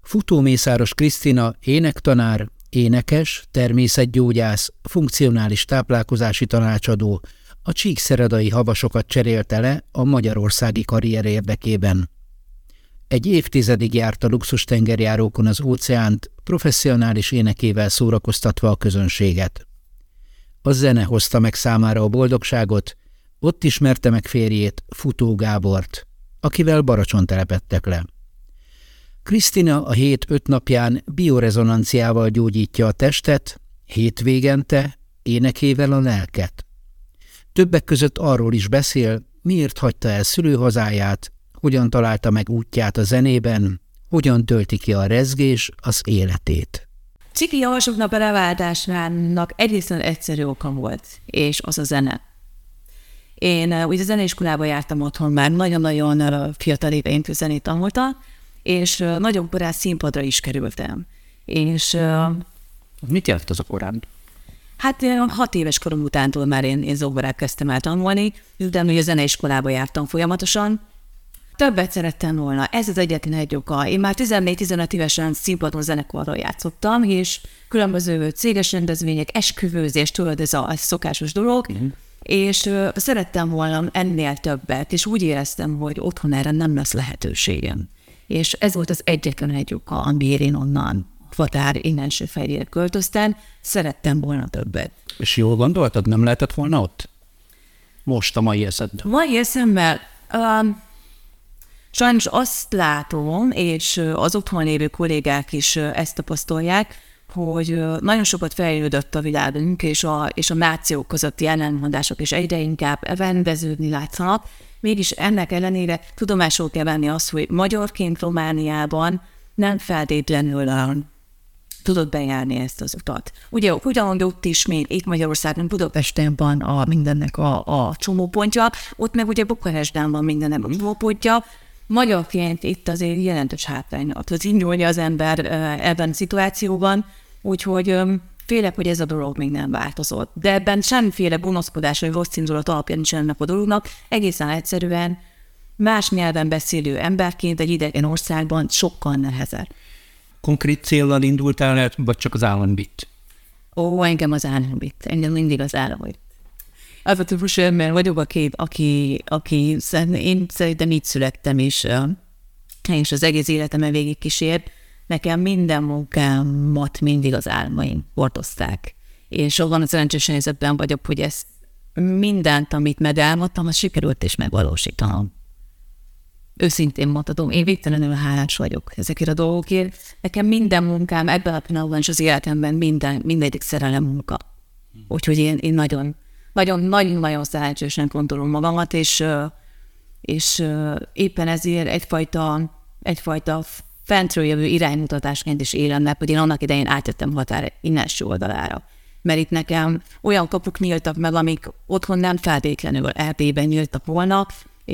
Futómészáros Krisztina énektanár, énekes, természetgyógyász, funkcionális táplálkozási tanácsadó, a csíkszeredai havasokat cserélte le a magyarországi karrier érdekében. Egy évtizedig járt a luxustengerjárókon az óceánt, professzionális énekével szórakoztatva a közönséget. A zene hozta meg számára a boldogságot, ott ismerte meg férjét, Futó Gábort, akivel Baracson telepedtek le. Krisztina a hét 5 napján biorezonanciával gyógyítja a testet, hétvégente énekével a lelket. Többek között arról is beszél, miért hagyta el szülőhazáját, hogyan találta meg útját a zenében, hogyan tölti ki a rezgés az életét. Ciki javasoknak a leváltásának egészen egyszerű oka volt, és az a zene. Én ugye zeneiskolába jártam otthon, már nagyon-nagyon fiatal éveinkül zenét tanultam, és nagyon korán színpadra is kerültem. És mit jelent az a korán? Hát 6 éves korom utántól már én zongorát kezdtem el tanulni, utána ugye zeneiskolába jártam folyamatosan. Többet szerettem volna, ez az egyetlen egy oka. Én már 14-15 évesen színpadon zenekarral játszottam, és különböző céges rendezvények, esküvőzés, tudod, ez a szokásos dolog, és szerettem volna ennél többet, és úgy éreztem, hogy otthon erre nem lesz lehetőségem. És ez volt az egyetlen egy oka, amiért én onnan Fatár Innensőfehérre költöztem, szerettem volna többet. És jól gondoltad, nem lehetett volna ott? Most a mai eszedben. Mai eszemmel sajnos azt látom, és az otthon lévő kollégák is ezt tapasztalják, hogy nagyon sokat fejlődött a világunk, és a nációk közötti ellentmondások is egyre inkább rendeződni látszanak. Mégis ennek ellenére tudomásul kell venni azt, hogy magyarként Romániában nem feltétlenül tudod bejárni ezt az utat. Ugye ugyanúgy ott is, mint itt Magyarországon, Budapesten van mindennek a csomópontja, ott meg ugye Bukarestben van mindennek a csomópontja. Magyarként itt azért jelentős hátránynak az indulja az ember ebben a szituációban, úgyhogy félek, hogy ez a dolog még nem változott. De ebben semmiféle gonoszkodás vagy rossz indulat alapján nincs ennek a dolognak, egészen egyszerűen más nyelven beszélő emberként egy idegen országban sokkal nehezebb. Konkrét céllal indultál el, vagy csak az állam vitt? Engem az állam vitt. Engem mindig az állam vitt. Az a típusú ember vagyok, aki én szerintem így születtem, és az egész életemen végig kísért. Nekem minden munkámat mindig az álmaim hordozták. És abban a szerencsés helyzetben vagyok, hogy ezt mindent, amit megálmodtam, azt sikerült is megvalósítanom. Őszintén mondhatom, én végtelenül hálás vagyok ezekért a dolgokért. Nekem minden munkám ebben a pillanatban és az életemben mindegyik szerelem munka. Úgyhogy én nagyon szerencsésnek gondolom magamat, és éppen ezért egyfajta fentről jövő iránymutatásként is élem meg, hogy én annak idején átjöttem Határ innenső oldalára. Mert itt nekem olyan kapuk nyíltak meg, amik otthon nem feltétlenül Erdélyben nyíltak volna,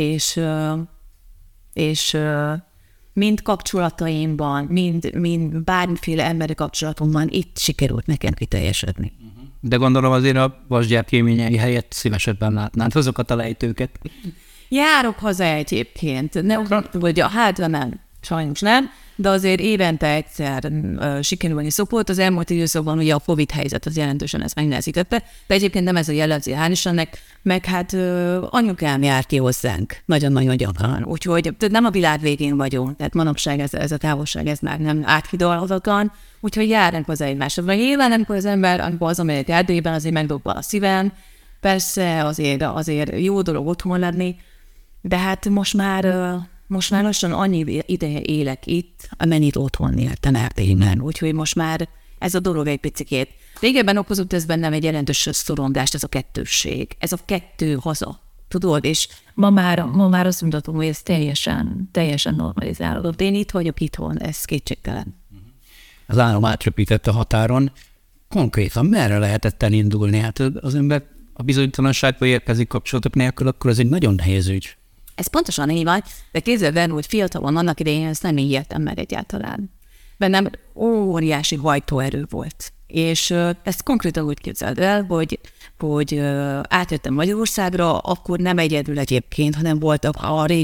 és mind kapcsolataimban, mind bármiféle emberi kapcsolatomban itt sikerült nekem kiteljesedni. De gondolom azért a vasgyár kéményei helyett szívesebben látnád azokat a lejtőket. Járok haza egyébként, vagy a hátra nem, sajnos nem, de azért évente egyszer sikerülni szokott. Az elmúlt időszakban ugye a Covid helyzet az jelentősen ezt megnehezítette, de egyébként nem ez a jellemző, hál' Istennek, meg hát anyukám jár ki hozzánk nagyon-nagyon gyakran. Úgyhogy nem a világ végén vagyunk, tehát manapság ez a távolság, ez már nem áthidalhatatlan, úgyhogy járnak hozzá egymásra. Nyilván amikor az ember, amikor az amelyik Erdélyben, azért megdobban a szívem, persze azért jó dolog otthon lenni, de hát most már lassan annyi ideje élek itt, amennyit otthon éltem Erdélyben. Úgyhogy most már ez a dolog egy picikét. Régebben okozott ez bennem egy jelentős szorongást, ez a kettősség. Ez a kettő haza. Tudod? És ma már azt mondhatom, hogy ez teljesen normalizálódott. Én itt vagyok itthon, ez kétségtelen. Az állam átröpített a határon. Konkrétan merre lehetett elindulni? Hát az ember a bizonytalanságba érkezik kapcsolatok nélkül, akkor ez egy nagyon nehéz ügy. Ez pontosan így van, de képzeld el, hogy fiatalon annak idején ezt nem így értem meg egyáltalán. Bennem óriási hajtóerő volt. És ezt konkrétan úgy képzeld el, hogy átjöttem Magyarországra, akkor nem egyedül egyébként, hanem voltak a régi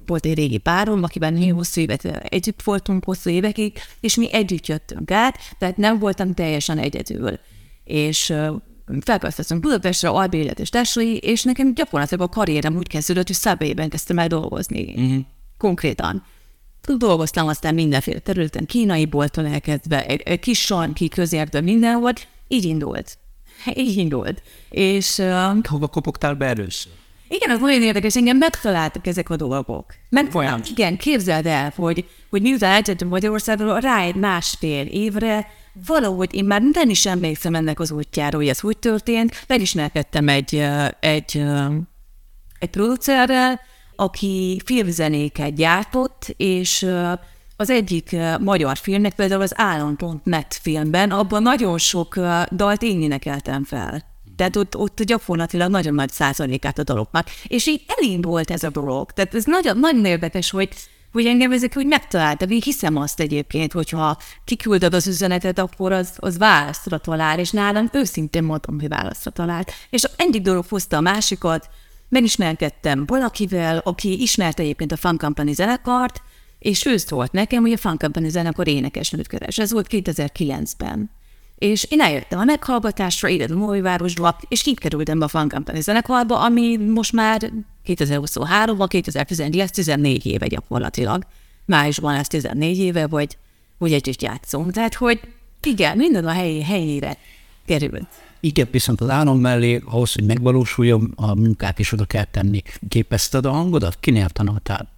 volt egy régi párom, akiben mi hosszú évet együtt voltunk hosszú évekig, és mi együtt jöttünk át, tehát nem voltam teljesen egyedül. És felköltöztünk Budapestre, albérlet és társai, és nekem gyakorlatilag a karrierem úgy kezdődött, hogy Subway-ben kezdtem el dolgozni. Konkrétan. Dolgoztam aztán mindenféle területen, kínai bolton elkezdve, egy kis sarki közértben minden volt, így indult. És... hova kopogtál be először? Igen, az nagyon érdekes, engem megtaláltak ezek a dolgok. Igen, képzeld el, hogy miután eljöttem Magyarországról, rá egy másfél évre, valahogy én már nem is emlékszem ennek az útjáról, hogy ez úgy történt, megismerkedtem egy producerrel, aki filmzenéket gyártott, és az egyik magyar filmnek, például az Állam.net filmben, abban nagyon sok dalt én énekeltem fel. Tehát ott gyakorlatilag nagyon nagy százalékát a dolognak. És így elindult ez a dolog. Tehát ez nagyon érdekes, hogy engem ezek úgy megtaláltak. Én hiszem azt egyébként, hogyha kiküldöd az üzenetet, akkor az válaszra talál, és nálam őszintén mondom, hogy válaszra talált. És egyik dolog hozta a másikat, megismerkedtem valakivel, aki ismerte egyébként a Fun Company zenekart, és ő szólt nekem, hogy a Fun Company zenekar énekesnőt keres. Ez volt 2009-ben. És én eljöttem a meghallgatásra, ide a Móvivárosba, és így kerültem be a Fun Company zenekarba, ami most már 2023-ban, 2014 éve gyakorlatilag. Májusban lesz 14 éve, vagy együtt játszunk. Tehát, hogy igen, minden a helyére került. Igen, viszont az álom mellé, ahhoz, hogy megvalósuljon, a munkát is oda kell tenni. Képezted a hangodat? Kinél tanultál?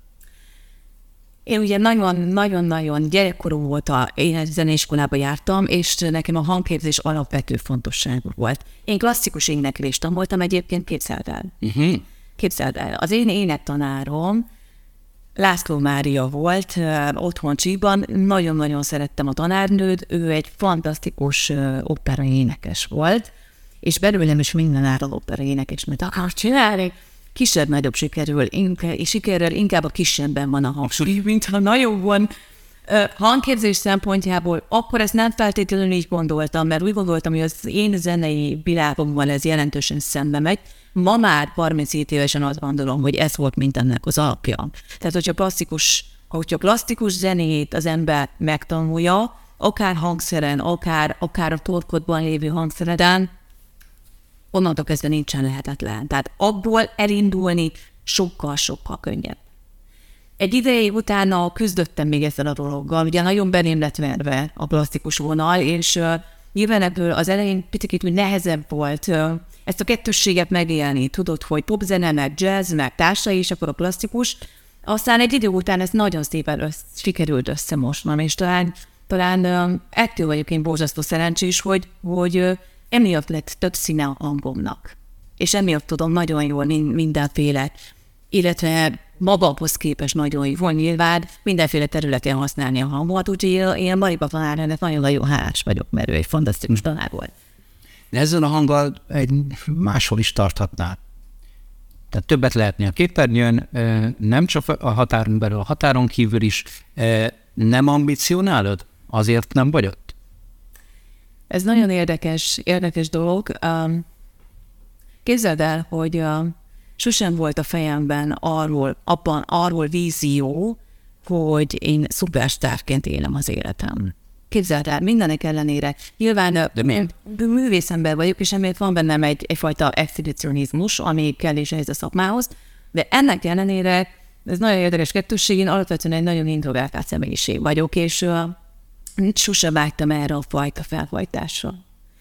Én ugye nagyon-nagyon gyerekkorom volt, én zeneiskolába jártam, és nekem a hangképzés alapvető fontosságú volt. Én klasszikus éneklést tanultam egyébként, képzeld el. Képzeld el. Az én énektanárom László Mária volt, otthon Csíkban, nagyon-nagyon szerettem a tanárnőt, ő egy fantasztikus opera énekes volt, és belőlem is minden áron opera énekes, mert akar csinálni. Kisebb-nagyobb sikerrel inkább a kisebben van a hangsúly, mint a nagyobban. Hangképzés szempontjából akkor ezt nem feltétlenül így gondoltam, mert úgy gondoltam, hogy az én zenei világomban ez jelentősen szembe megy. Ma már 37 évesen azt gondolom, hogy ez volt mindennek az alapja. Tehát, hogyha klasszikus zenét az ember megtanulja, akár hangszeren, akár a torkodban lévő hangszereden, onnantól kezdve nincsen lehetetlen. Tehát abból elindulni sokkal-sokkal könnyebb. Egy ideig utána küzdöttem még ezzel a dologgal, ugye nagyon belém lett verve a klasszikus vonal, és nyilván ebből az elején picit úgy nehezebb volt ezt a kettősséget megélni. Tudod, hogy popzene, meg jazz, meg társai, és akkor a klasszikus. Aztán egy idő után ez nagyon szépen sikerült összemosnom, és talán ettől vagyok én borzasztó szerencsés, hogy emiatt lett több színe a hangomnak. És emiatt tudom nagyon jól mindenféle, illetve magamhoz képest nagyon jól nyilván mindenféle területen használni a hangomat, úgyhogy én Mariba tanárnak nagyon-nagyon hálás vagyok, mert ő egy fantasztikus tanár volt. De ezzel a hanggal máshol is tarthatnál. Tehát többet lehetni a képernyőn, nem csak a határon belül, a határon kívül is. Nem ambicionálod? Azért nem vagy ott? Ez nagyon érdekes dolog. Képzeld el, hogy sosem volt a fejemben arról vízió, hogy én szupersztárként élem az életem. Képzeld el, mindenek ellenére. Nyilván művészember vagyok, és emiatt van bennem egyfajta exhibicionizmus, ami kell is ehhez a szakmához, de ennek ellenére ez nagyon érdekes kettősség, én alapvetően egy nagyon introvertált személyiség vagyok, és sosem vágytam erre a fajta felfajtásra.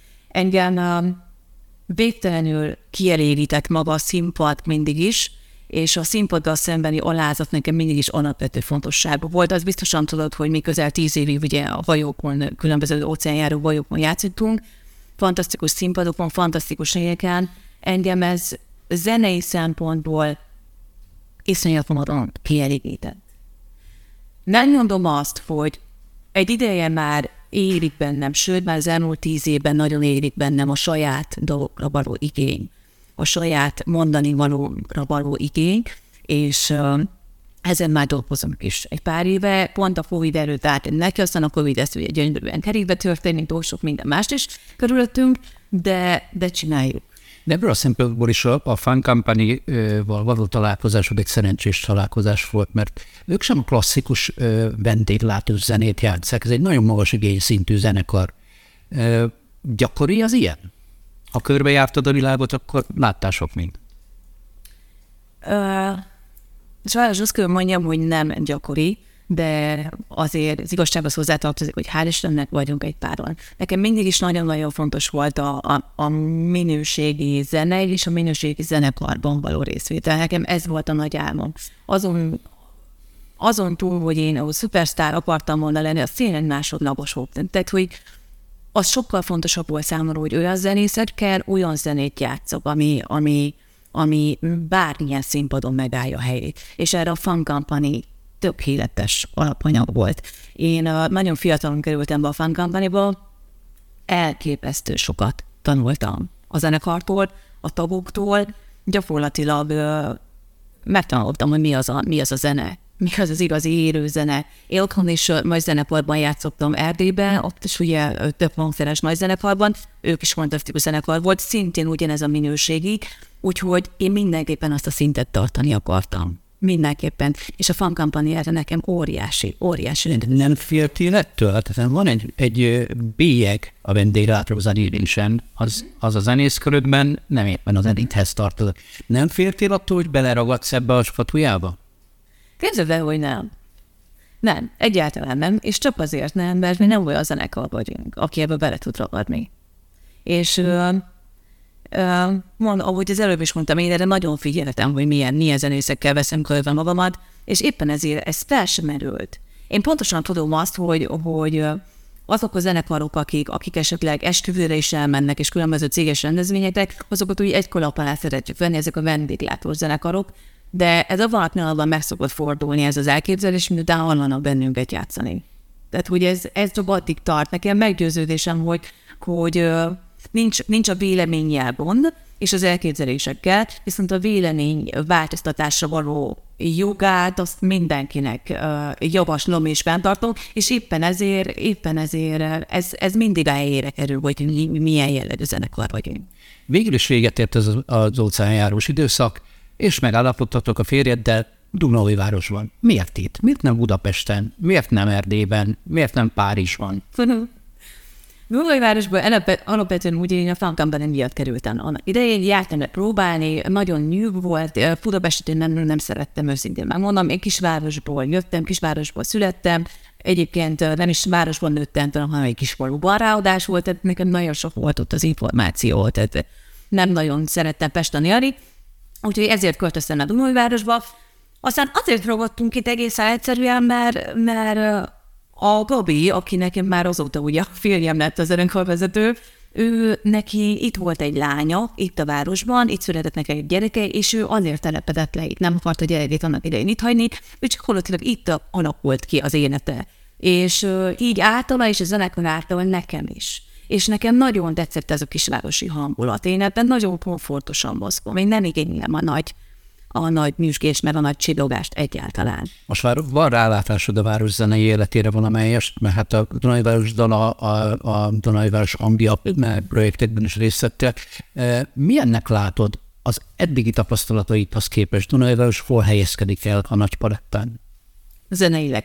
Engem végtelenül kielégített maga a színpad mindig is, és a színpaddal szembeni alázat nekem mindig is alapvető fontosságú volt. Az biztosan tudod, hogy mi közel 10 évig ugye a hajókon, különböző óceánjáró hajókon játszottunk, fantasztikus színpadokon, fantasztikus helyeken. Engem ez zenei szempontból iszonyat módon kielégített. Nem mondom azt, hogy egy ideje már érik bennem, sőt, már az elmúlt 10 évben nagyon érik bennem a saját dolgokra való igény, a saját mondani valóra való igény, és ezen már dolgozom is egy pár éve, pont a Covid előtt állt neki, aztán a Covid ezt ugye gyönyörűen kerékbe történik, túl sok minden mást is körülöttünk, de csináljuk. De ebből a szempontból is a Fun Company-val való találkozásod egy szerencsés találkozás volt, mert ők sem klasszikus vendéglátós zenét játsszák, ez egy nagyon magas igényszintű zenekar. Gyakori az ilyen? Ha körbejártad a világot, akkor láttál sok mindent. Sajnos azt kell mondjam, hogy nem gyakori, de azért az igazsághoz hozzátartozik, hogy hál' Istennek vagyunk egy páron. Nekem mindig is nagyon-nagyon fontos volt a minőségi zene és a minőségi zenekarban való részvétel. Nekem ez volt a nagy álmom. Azon túl, hogy én ahol szupersztár akartam volna lenni, az tényleg másodlagos volt. Tehát, hogy az sokkal fontosabb volt számomra, hogy olyan zenészekkel olyan zenét játszok, ami bármilyen színpadon megállja a helyét. És erre a Fun Company tökéletes alapanyag volt. Én nagyon fiatalon kerültem be a Fun Company-ba, elképesztő sokat tanultam a zenekartól, a tagoktól, gyakorlatilag megtanultam, hogy mi az a zene, mi az igazi élő zene. Én otthon is nagy zenekarban játszottam Erdélyben, ott is ugye több hangszeres nagy zenekarban, ők is fantasztikus zenekar volt, szintén ugyanez a minőségi, úgyhogy én mindenképpen azt a szintet tartani akartam. Mindenképpen. És a Fun Company erre nekem óriási. Nem féltél ettől? Tehát van egy bélyeg a vendéglátó zenélésen, az a zenészkörödben nem éppen a zeníthez tartozik. Nem féltél attól, hogy beleragadsz ebbe a spatujába? Képzeld el, hogy nem. Nem, egyáltalán nem, és csak azért nem, mert mi nem olyan zenekar vagyunk, aki ebbe bele tud ragadni. És ahogy az előbb is mondtam, én erre nagyon figyeltem, hogy milyen zenészekkel veszem körbe magamat, és éppen ezért ez fel sem merült. Én pontosan tudom azt, hogy azok a zenekarok, akik esetleg esküvőre is elmennek, és különböző céges rendezvényekre, azokat úgy egy kalap alá szeretjük venni, ezek a vendéglátós zenekarok, de ez abban a pillanatban meg szokott fordulni ez az elképzelés, miután hallanak bennünket játszani. Tehát, hogy ez csak addig tart. Nekem meggyőződésem, hogy nincs a véleménnyel gond, és az elképzelésekkel, viszont a vélemény változtatásra való jogát, azt mindenkinek javaslom és fenntartom, és éppen ezért ez mindig a helyére kerül, hogy milyen jellegű zenekar vagyunk. Végül is véget ért az óceánjárós időszak, és megállapodtatok a férjeddel Dunaújvárosban. Miért itt? Miért nem Budapesten? Miért nem Erdélyben? Miért nem Párizsban? Dunaújvárosban alapvetően úgy én a Fun Company miatt kerültem. Annak idején jártam le próbálni, nagyon nyűg volt, Budapestet én nem szerettem őszintén megmondom, én kisvárosból jöttem, kisvárosból születtem, egyébként nem is városban nőttem, hanem egy kisfaluban ráadás volt, tehát nekem nagyon sok volt ott az információ, tehát nem nagyon szerettem Pesten járni, úgyhogy ezért költöztem a Dunaújvárosba. Aztán azért ragadtunk itt egészen egyszerűen, mert a Gabi, aki nekem már azóta ugye a férjem lett a zenekarvezető, ő neki itt volt egy lánya, itt a városban, itt született neki egy gyereke, és ő azért telepedett le itt, nem akart a gyerekét annak idején itt hagyni, ő csak holottilag itt alakult ki az élete. És így általa, és a zenekar által nekem is. És nekem nagyon tetszett ez a kisvárosi hangulat. Én ebben nagyon komfortosan mozgom. Én nem igénylem a nagy nyüzsgést, meg a nagy csillogást egyáltalán. Most már van rálátásod a város zenei életére valamelyest, mert hát a Dunaújváros dal a Dunaújváros Ambia projektekben is részt vettél. Milyennek látod az eddigi tapasztalataidhoz képest? Dunaújváros hol helyezkedik el a nagy palettán? Zeneileg.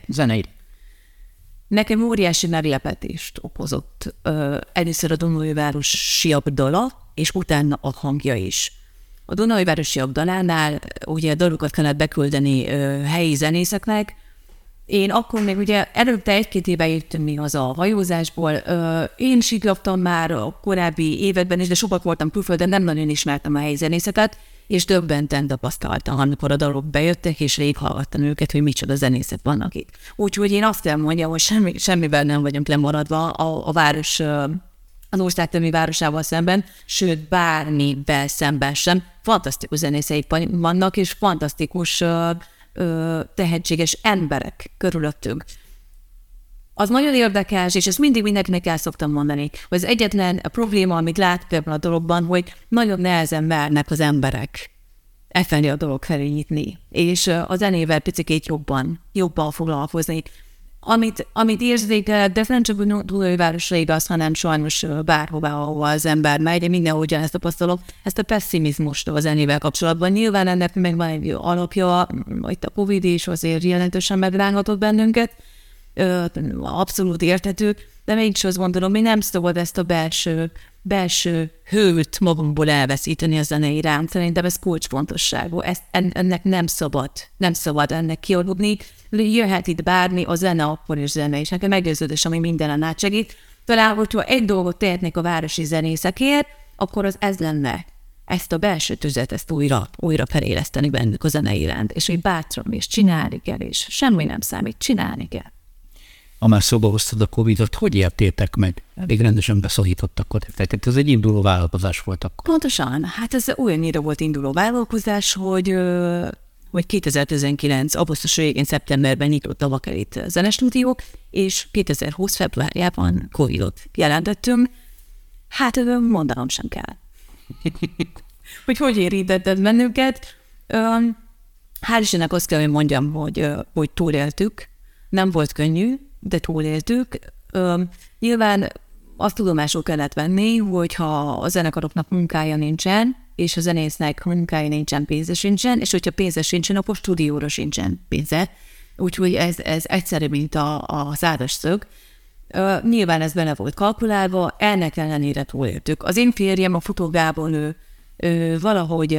Nekem óriási meglepetést okozott először a Dunaújvárosiak dala, és utána a hangja is. A Dunaújvárosiak dalánál ugye dalokat kellett beküldeni helyi zenészeknek. Én akkor még ugye előtte 1-2 éve jöttünk mi haza a hajózásból. Én siklaptam már a korábbi években is, de sokat voltam külföldön, nem nagyon ismertem a helyi zenészeket, és döbbenten tapasztaltam, amikor a dalok bejöttek, és végighallgattam őket, hogy micsoda zenészek vannak itt. Úgyhogy én azt kell mondjam, hogy semmivel nem vagyunk lemaradva a város, az ország többi városával szemben, sőt, bármivel szemben sem. Fantasztikus zenészeik vannak, és fantasztikus tehetséges emberek körülöttünk. Az nagyon érdekes, és ezt mindig mindenkinek el szoktam mondani, hogy az egyetlen probléma, amit látok ebben a dologban, hogy nagyon nehezen mernek az emberek a dolog felé nyitni, és a zenével picikét jobban foglalkozni. amit érzékel, de nem csak Dunajvárosra igaz, hanem sajnos bárhová, ahova az ember megy, mindenhol ugyanezt tapasztalom, ezt a pessimizmust a zenével kapcsolatban. Nyilván ennek meg van egy alapja, itt a Covid is azért jelentősen megrángatott bennünket, abszolút érthető, de mégis azt gondolom, hogy nem szabad ezt a belső hőt magunkból elveszíteni a zene iránt. Szerintem ez kulcsfontosságú. Ennek nem szabad ennek kialudni. Jöhet itt bármi, a zene akkor is zene, és nekem meggyőződés, ami mindenen átsegít. Talán, hogyha egy dolgot tehetnék a városi zenészekért, akkor az ez lenne. Ezt a belső tüzet, ezt újra feléleszteni bennük a zene iránt. És hogy bátran is csinálni kell, és semmi nem számít, csinálni kell. Ha már szóba hoztad a Covid-ot, hogy értétek meg? Elég rendesen beszorítottak ott. Tehát ez egy induló vállalkozás volt akkor. Pontosan. Hát ez olyannyira volt induló vállalkozás, hogy 2019. augusztus végén, szeptemberben nyitott a Bakelit zenestúdiók, és 2020. februárjában Covid-ot jelentettünk. Hát mondanom sem kell. hogy érintetted bennünket. Hál' Istennek azt kell, hogy mondjam, hogy túléltük. Nem volt könnyű, de túléltük. Nyilván azt tudomásul kellett venni, hogyha a zenekaroknak munkája nincsen, és a zenésznek munkája nincsen, pénze sincsen, és hogyha pénze sincsen, akkor stúdióra sincsen pénze. Úgyhogy ez egyszerű, mint a szádas szög. Nyilván ez bele volt kalkulálva, ennek ellenére túléltük. Az én férjem, a Futó Gábor, ő valahogy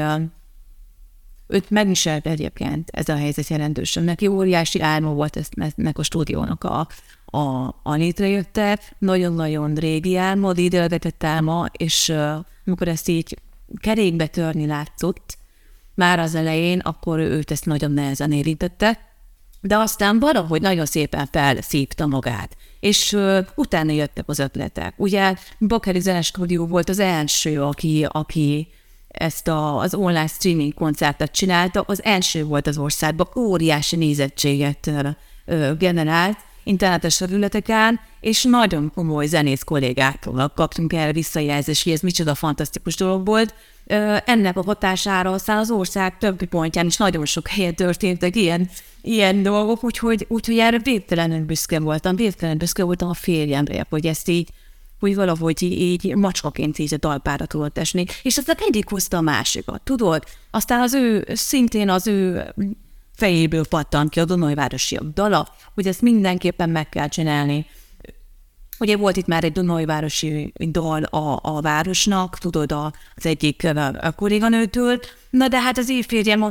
őt megviselt egyébként ez a helyzet jelentősen. Neki óriási álma volt ennek a stúdiónak a létrejötte. Nagyon-nagyon régi álma, időlgetett álma, és amikor ezt így kerékbe törni látszott, már az elején, akkor őt ezt nagyon nehezen érintette, de aztán valahogy nagyon szépen felszívta magát, és utána jöttek az ötletek. Ugye Bakeri Zenestúdió volt az első, aki ezt az online streaming koncertet csinálta, az első volt az országban, óriási nézettséget generált internetes területeken, és nagyon komoly zenész kollégáktól kaptunk erre visszajelzést, hogy ez micsoda fantasztikus dolog volt. Ennek a hatására aztán az ország többi pontján is nagyon sok helyen történtek ilyen dolgok, úgyhogy erre végtelenül büszke voltam a férjemre, hogy ezt így, hogy valahogy így macskaként így a dalpára tudott esni. És aztán egyik hozta a másikat, tudod? Aztán szintén az ő fejéből pattant ki a Dunajvárosiak dala, hogy ezt mindenképpen meg kell csinálni. Ugye volt itt már egy Dunajvárosi dal a városnak, tudod, az egyik kolléganőtől, na de hát az én férjem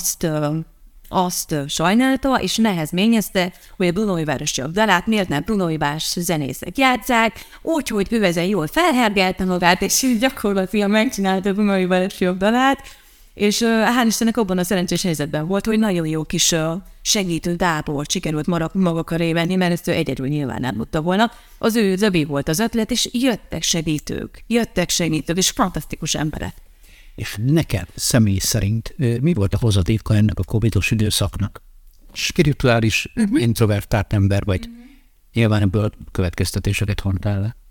azt sajnálta, és nehezményezte, hogy a Dunajvárosiak dalát miért nem Dunajváros zenészek játsszák, úgyhogy ő ezen jól felhergelte magát, és gyakorlatilag megcsinálta a Dunajvárosiak dalát, és hál' Istennek abban a szerencsés helyzetben volt, hogy nagyon jó kis segítő tábort sikerült maga köré venni, mert ezt ő egyedül nyilván nem tudta volna. Az ő zöbbi volt az ötlet, és jöttek segítők, és fantasztikus emberek. És neked személy szerint mi volt a hozadéka ennek a Covid-os időszaknak? Spirituális, introvertált ember vagy? Nyilván ebből következtetéseket vontál le.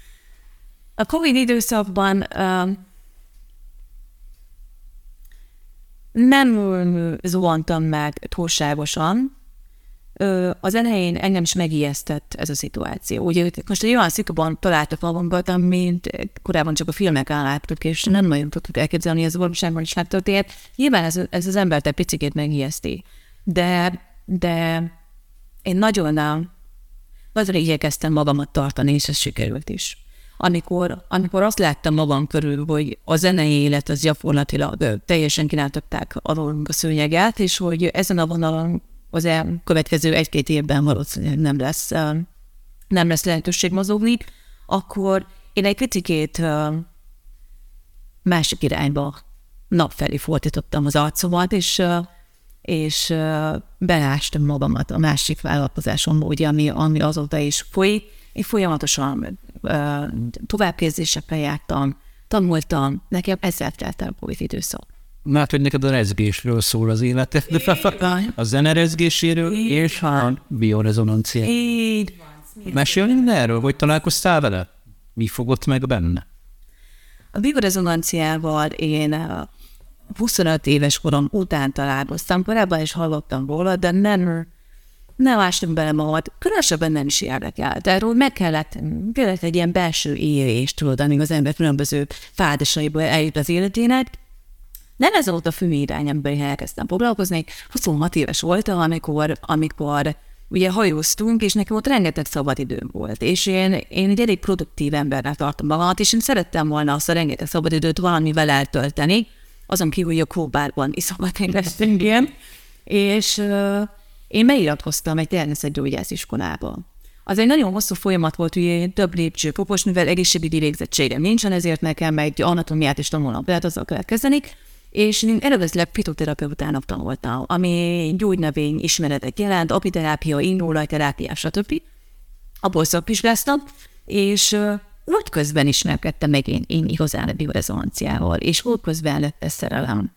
A Covid időszakban nem zuhantam meg túlságosan. Az elején engem is megijesztett ez a szituáció. Ugye most egy olyan szituban találtak magunkat, mint korábban csak a filmeken láttuk, és nem nagyon tudtuk elképzelni, hogy ez valóságban is megtörtént. Nyilván ez az embert egy picikét megijeszti. De én nagyon igyekeztem magamat tartani, és ez sikerült is. Amikor azt láttam magam körül, hogy a zenei élet az gyakorlatilag teljesen kináltatták alólunk a szőnyeget, és hogy ezen a vonalon az elkövetkező 1-2 évben valószínűleg nem lesz lehetőség mozogni, akkor én egy picikét másik irányba nap felé fordítottam az arcomat, és belástam magamat a másik vállalkozásomba, ugye, ami azóta is folyik. Én folyamatosan továbbképzésekre jártam, tanultam, nekem ezzel telt el a Covid időszak. Hát, hogy neked a rezgésről szól az életed, a zene rezgéséről és a biorezonancia. Így van. Mesélj erről, hogy találkoztál vele? Mi fogott meg benne? A biorezonanciával én 25 éves korom után találkoztam, korábban is hallottam róla, de nem nem ástam bele magad, különösebben nem is érdekelt. Erről meg kellett egy ilyen belső érést, tudod, amíg az ember különböző fázisaiból eljut az életének. Nem ez volt a fő irány, amiben elkezdtem foglalkozni. 26 éves voltam, amikor ugye hajóztunk, és nekem ott rengeteg szabadidőm volt. És én egy elég produktív embernek tartom magamat, és én szerettem volna azt a rengeteg szabadidőt valamivel eltölteni, azon kívül, hogy a kóbárban iszomat éreztünk ilyen. És én beiratkoztam egy természetgyógyász iskolába. Az egy nagyon hosszú folyamat volt, ugye több lépcsőfokos, mivel egészségügyi végzettségem nincsen, ezért nekem egy anatomiát is tanulnom lehet, azzal kell kezdeni. És én eredetileg fitoterapeutának tanultam, ami gyógynövény ismeretet jelent, apiterápia, indulajterápia, stb. Abból szakvizsgáztam, és úgy közben ismerkedtem meg én igazán a biorezonanciával, és úgy közben lett ez szerelem.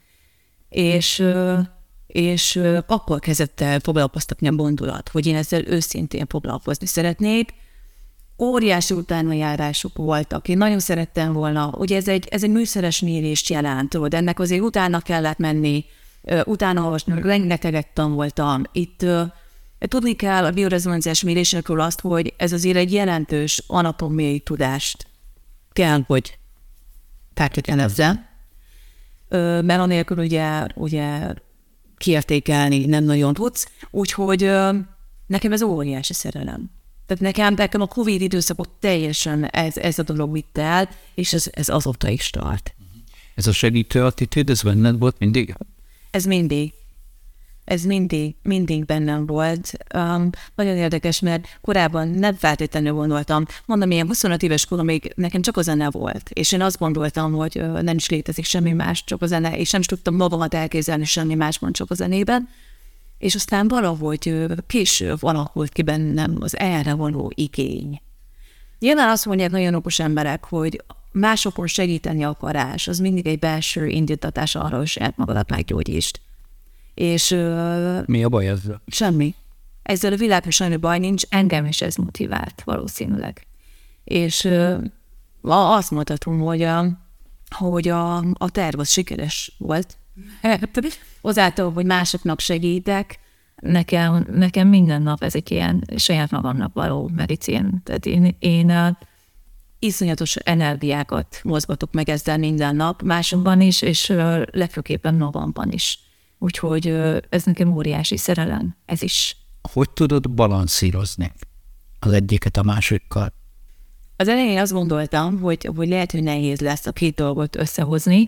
És akkor kezdett el foglalkoztatni a gondolat, hogy én ezzel őszintén foglalkozni szeretnék. Óriási utánajárások voltak. Én nagyon szerettem volna, ugye ez egy műszeres mérést jelent, tudod, ennek azért utána kellett menni, utána rengeteget tanultam. Itt tudni kell a biorezonanciás mérésekről azt, hogy ez azért egy jelentős anatomiai tudást kell, hogy feltételezzen, mert anélkül ugye kiértékelni nem nagyon tudsz, úgyhogy nekem ez óriási szerelem. Tehát nekem a Covid időszakot teljesen ez a dolog vitte el, és ez azóta is tart. Ez a segítő attitűd, ez benned volt mindig? Ez mindig bennem volt. Nagyon érdekes, mert korábban nem feltétlenül gondoltam. Mondom, ilyen 25 éves koromig nekem csak a zene volt. És én azt gondoltam, hogy nem is létezik semmi más, csak a zene, és nem is tudtam magamat elképzelni semmi másban, csak a zenében. És aztán valahogy később alakult ki bennem az erre való igény. Nyilván azt mondják nagyon okos emberek, hogy másokon segíteni akarás, az mindig egy belső indítatás arra, hogy saját magadat meggyógyítsd. És mi a baj ezzel? Semmi. Ezzel a világban semmi baj nincs, engem is ez motivált valószínűleg. És azt mondhatom, hogy a terv az sikeres volt. Azáltal, hogy másoknak segítek, nekem minden nap ez egy ilyen saját magamnak való medicin. Tehát én iszonyatos energiákat mozgatok meg ezzel minden nap, másokban is, és legfőképpen magamban is. Úgyhogy ez nekem óriási szerelem, ez is. Hogy tudod balanszírozni az egyiket a másikkal? Az elején azt gondoltam, hogy lehet, hogy nehéz lesz a két dolgot összehozni,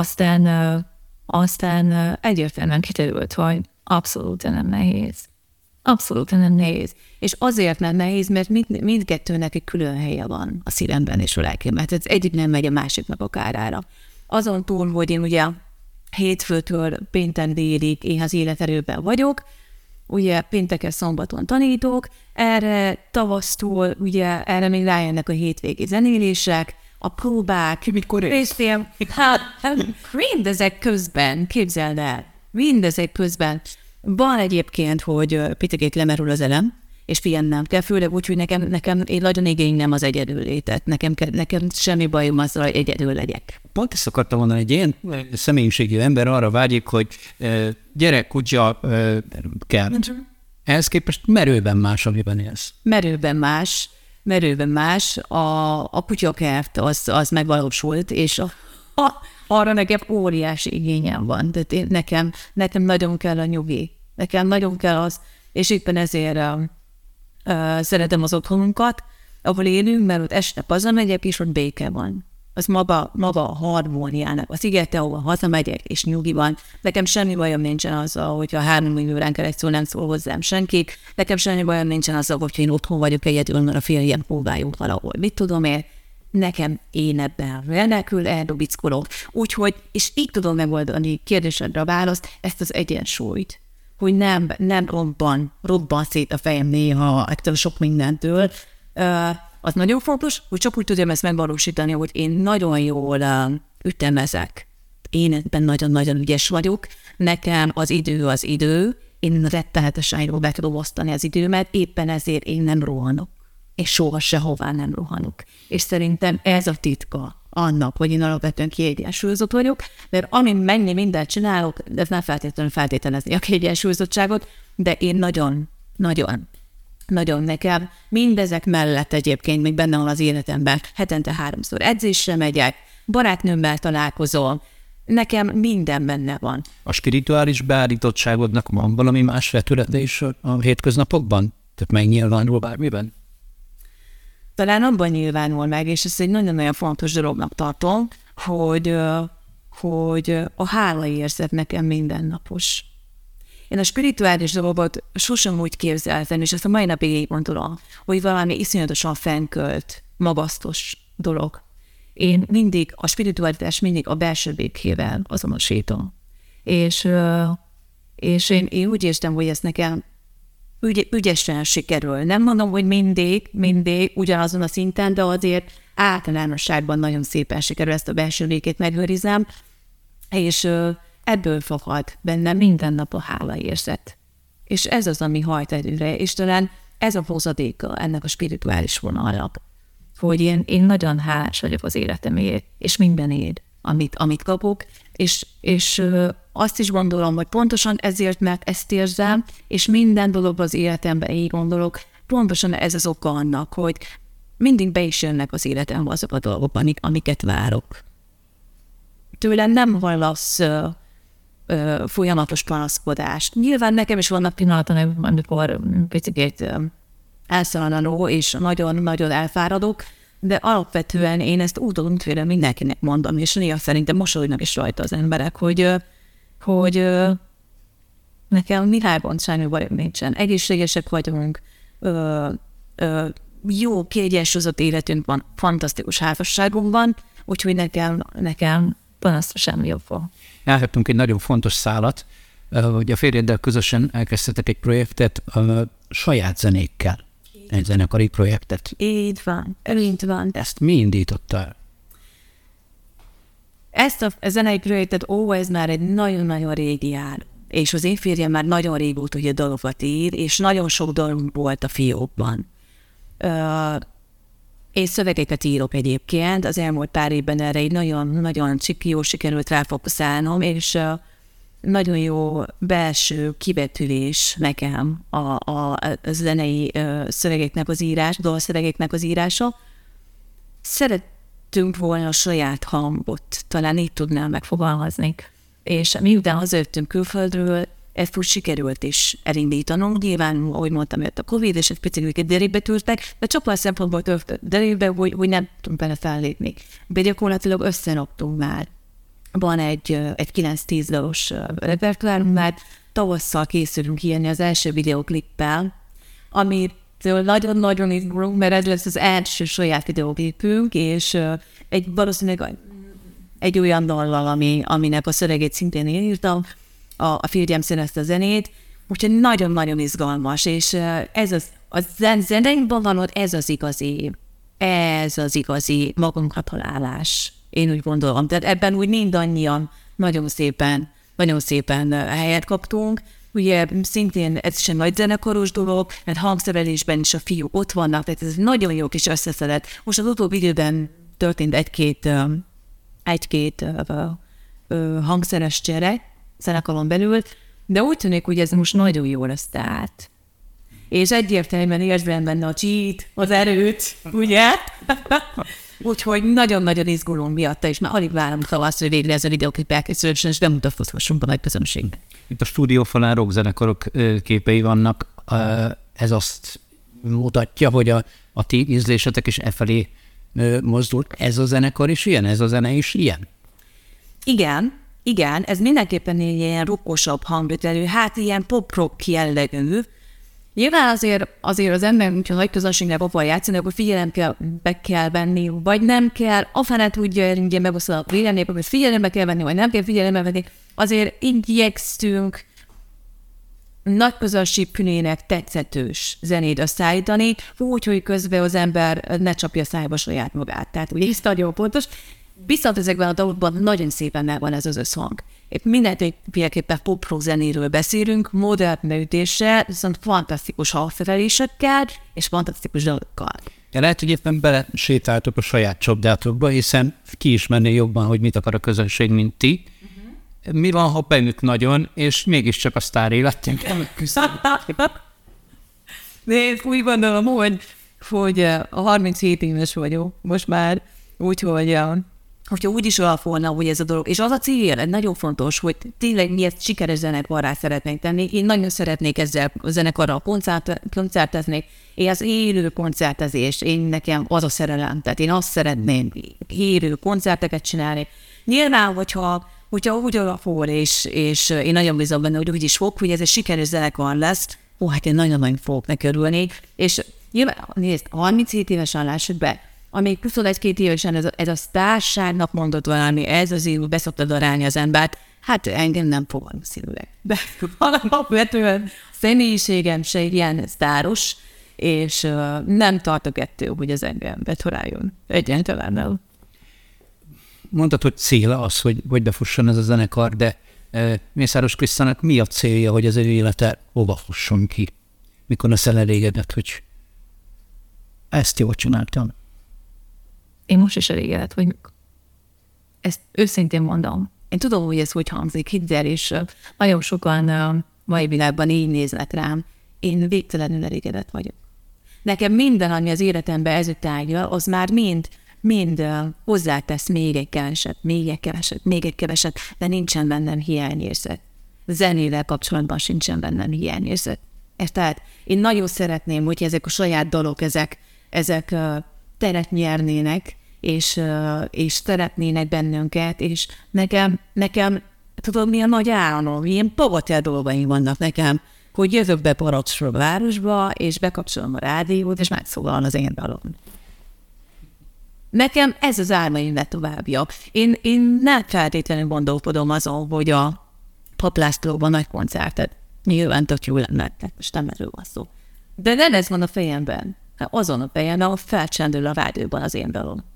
aztán egyértelműen kiderült, hogy abszolút nem nehéz. Abszolút nem nehéz. És azért nem nehéz, mert mindkettőnek egy külön helye van a szívemben és a lelkemben. Tehát egyik nem megy a másiknak a kárára. Azon túl, hogy én ugye hétfőtől pénteken délig én az életerőben vagyok, ugye pénteken szombaton tanítok, erre tavasztól, ugye erre még rájönnek a hétvégi zenélések, a próbák, részfilm, mindezek közben, képzeld el, mindezek közben. Van egyébként, hogy picit lemerül az elem, és pihennem kell, főleg úgy, hogy nekem én nagyon igénylem az egyedüllétet. Nekem semmi bajom azzal, hogy egyedül legyek. Pont ezt akartam mondani, egy ilyen személyiségű ember arra vágyik, hogy gyerek, kutya kell. Ehhez képest merőben más, amiben élsz. Merőben más. A kutyakert az megvalósult, és arra nekem óriási igényem van. Tehát nekem nagyon kell a nyugi. Nekem nagyon kell az, és éppen ezért szeretem az otthonunkat, ahol élünk, mert ott este hazamegyek, és ott béke van. Az maga a harmóniának a szigete, ahol hazamegyek, és nyugi van. Nekem semmi bajom nincsen azzal, hogyha 3 órán keresztül nem szól hozzám senki. Nekem semmi bajom nincsen azzal, hogyha én otthon vagyok egyedül, mert a férjem próbáljuk valahol. Mit tudom én? Nekem én ebben renekül eldobickolok. Úgyhogy, és így tudom megoldani kérdésedre a választ, ezt az egyensúlyt. Hogy nem robban szét a fejem néha ettől sok mindentől. Az nagyon fontos, hogy csak úgy tudom ezt megvalósítani, hogy én nagyon jól ütemezek. Én ebben nagyon-nagyon ügyes vagyok. Nekem az idő, én rettenetesen jól be tudom osztani az időmet, éppen ezért én nem rohanok. És soha sehová nem rohanok. És szerintem ez a titka annak, hogy én alapvetően kiegyensúlyozott vagyok, mert amin mindent csinálok, ez nem feltételezni a kiegyensúlyozottságot, de én nagyon Nagyon. Nagyon nekem. Mindezek mellett egyébként még benne van az életemben. Hetente 3-szor edzésre megyek, barátnőmmel találkozom. Nekem minden benne van. A spirituális beállítottságodnak van valami más vetülete is a hétköznapokban? Tehát megnyilvánul bármiben? Talán abban nyilvánul meg, és ezt egy nagyon-nagyon fontos dolognak tartom, hogy a hálaérzet nekem mindennapos. Én a spirituális dolgot sosem úgy képzeltem, és ezt a mai napig így gondolom, hogy valami iszonyatosan fennkölt, magasztos dolog. Én mindig, a spiritualitás mindig a belső békével azonosítom. És én úgy értem, hogy ez nekem ügyesen sikerül. Nem mondom, hogy mindig ugyanazon a szinten, de azért általánosságban nagyon szépen sikerül ezt a belső békét megőrizem, és ebből fakad bennem minden nap a hálaérzet. És ez az, ami hajt előre, és talán ez a hozadéka ennek a spirituális vonalnak, hogy én nagyon hálás vagyok az életemért, és mindenért, amit kapok, és azt is gondolom, hogy pontosan ezért, mert ezt érzem, és minden dolog az életemben így gondolok, pontosan ez az oka annak, hogy mindig be is jönnek az életembe azok a dolgok, amiket várok. Tőlem nem hallasz folyamatos panaszkodást. Nyilván nekem is vannak pillanatok, amikor picit elszaladó, és nagyon-nagyon elfáradok, de alapvetően én ezt úgy tudom tőle mindenkinek mondom, és néha szerintem mosolyognak is rajta az emberek, hogy nekem világon semmi bajom nincsen. Egészségesek vagyunk, jó, kiegyensúlyozott életünk van, fantasztikus házasságunk van, úgyhogy nekem panaszra semmi jobb van. Elhagytunk egy nagyon fontos szálat, hogy a férjeddel közösen elkezdtetek egy projektet saját zenékkel. Egy zenekari projektet. Így van. Ezt mi indította el? Ezt a zenei projektet ez már egy nagyon-nagyon régi jár. És az én férjem már nagyon régóta ugye dalokat ír, és nagyon sok dalunk volt a fiókban. Én szövegeket írok egyébként, az elmúlt pár évben erre egy nagyon jó sikerült ráfókuszálnom, és nagyon jó belső kivetülés nekem a zenei szövegeknek az dalszövegeknek az írása. Szerettünk volna a saját hangot, talán így tudnám megfogalmazni. És miután hazajöttünk külföldről, ezt úgy sikerült is elindítanunk. Nyilván, ahogy mondtam, jött a Covid, és egy picit derékbe tűrtek, de csak olyan szempontból tört derékbe, hogy nem tudunk bele fellépni. De gyakorlatilag összeraktunk már. Van egy 9-10 dalos repertoárunk, mert tavasszal készülünk írni az első videoklippel, amitől nagyon-nagyon izgulunk, mert ez lesz az első saját videoklipünk, és valószínűleg egy olyan dallal, aminek a szövegét szintén én írtam, a férjem szerezte a zenét, úgyhogy nagyon-nagyon izgalmas, és ez a zenei vonalon ez az igazi magunkat találás. Én úgy gondolom. Tehát ebben úgy mindannyian nagyon szépen helyet kaptunk. Ugye szintén ez is egy nagy zenekaros dolog, mert hangszerelésben is a fiúk ott vannak, tehát ez nagyon jó kis összeszedet. Most az utóbbi időben történt egy-két hangszeres csere zenekaron belül, de úgy tűnik, hogy ez most nagyon jól összeállt. És egyértelműen érzem benne a csít, az erőt, ugye? Úgyhogy nagyon-nagyon izgulunk miatta, és már alig várom azt, hogy végre ez a videoklip elkészüljön, és bemutatkozhassunk a nagy közönségnek. Itt a stúdiófalán rockzenekarok képei vannak. Ez azt mutatja, hogy a ti ízlésetek is felé mozdul. Ez a zenekar is ilyen? Ez a zene is ilyen? Igen, ez mindenképpen egy ilyen rockosabb hangvételű, hát ilyen pop-rock jellegű. Nyilván azért az ember, hogyha nagy közönségnek akar játszani, akkor figyelembe kell venni, vagy nem kell, a fene tudja, ugye megosztanak a vélemények, hogy figyelembe kell venni, vagy nem kell figyelembe venni. Azért igyeksztünk nagy közönség fülének tetszetős zenét összeállítani, úgy, hogy közben az ember ne csapja szájba saját magát. Tehát ugye ez nagyon fontos. Viszont ezekben a dalokban nagyon szépen megvan ez az összhang. Épp mindenképpen pop-rock zenéről beszélünk, modern beütéssel, viszont fantasztikus hangszerelésekkel és fantasztikus dalokkal. De lehet, hogy éppen bele sétáltok a saját csapdátokba, hiszen ki ismerné jobban, hogy mit akar a közönség, mint ti. Mi van, ha beüt nagyon, és mégiscsak a sztár életünk? Nézd, úgy gondolom, hogy a 37 éves vagyok most már, úgyhogy hogyha úgy is alapolna, hogy ez a dolog, és az a cél, nagyon fontos, hogy tényleg mi ezt sikeres zenekarrá szeretnénk tenni. Én nagyon szeretnék ezzel a zenekarral koncertezni, én az élő koncertezés, nekem az a szerelem, tehát én azt szeretném élő koncerteket csinálni. Nyilván, hogyha úgy alapul, és én nagyon bízom benne, hogy úgy is fog, hogy ez egy sikeres zenekar lesz, hát én nagyon-nagyon fogok neki örülni, és nyilván, nézd, 37 évesen lássuk be, amíg 21-2 évesen ez a sztárságnak mondott valami, ez az év, beszoktad darálni az embert, hát engem nem fogom színűleg. De alapvetően személyiségem se ilyen sztáros, és nem tartok ettől, hogy az engem betoráljon. Egyáltalán nem. Mondtad, hogy cél az, hogy befusson ez a zenekar, de Mészáros Krisztának mi a célja, hogy az ő élete hova fusson ki? Mikor leszel elégedett, hogy ezt jól csináltam? Én most is elégedett vagyok. Ezt őszintén mondom. Én tudom, hogy ez hogy hangzik, hidd el, és nagyon sokan mai világban így néznek rám. Én végtelenül elégedett vagyok. Nekem minden, ami az életemben ezütt az már mind hozzátesz még egy keveset, de nincsen bennem hiányérzet. Zenével kapcsolatban sincsen bennem hiányérzet. Tehát én nagyon szeretném, hogy ezek a saját dalok, ezek teret nyernének, és szeretnének bennünket, és nekem tudod, milyen nagy állam, ilyen pavatel dolgaim vannak nekem, hogy jövök be Paracsról városba, és bekapcsolom a rádiót, és megszólal az én dalom. Nekem ez az álmaim legtovábbja. Én nem feltétlenül gondolkodom azon, hogy a Paplászlóban nagy koncertet nyilván tök jó lenne, tehát most nem erről van szó. De nem ez van a fejemben. Azon a fejemben, ahol felcsendül a rádióban az én dalom.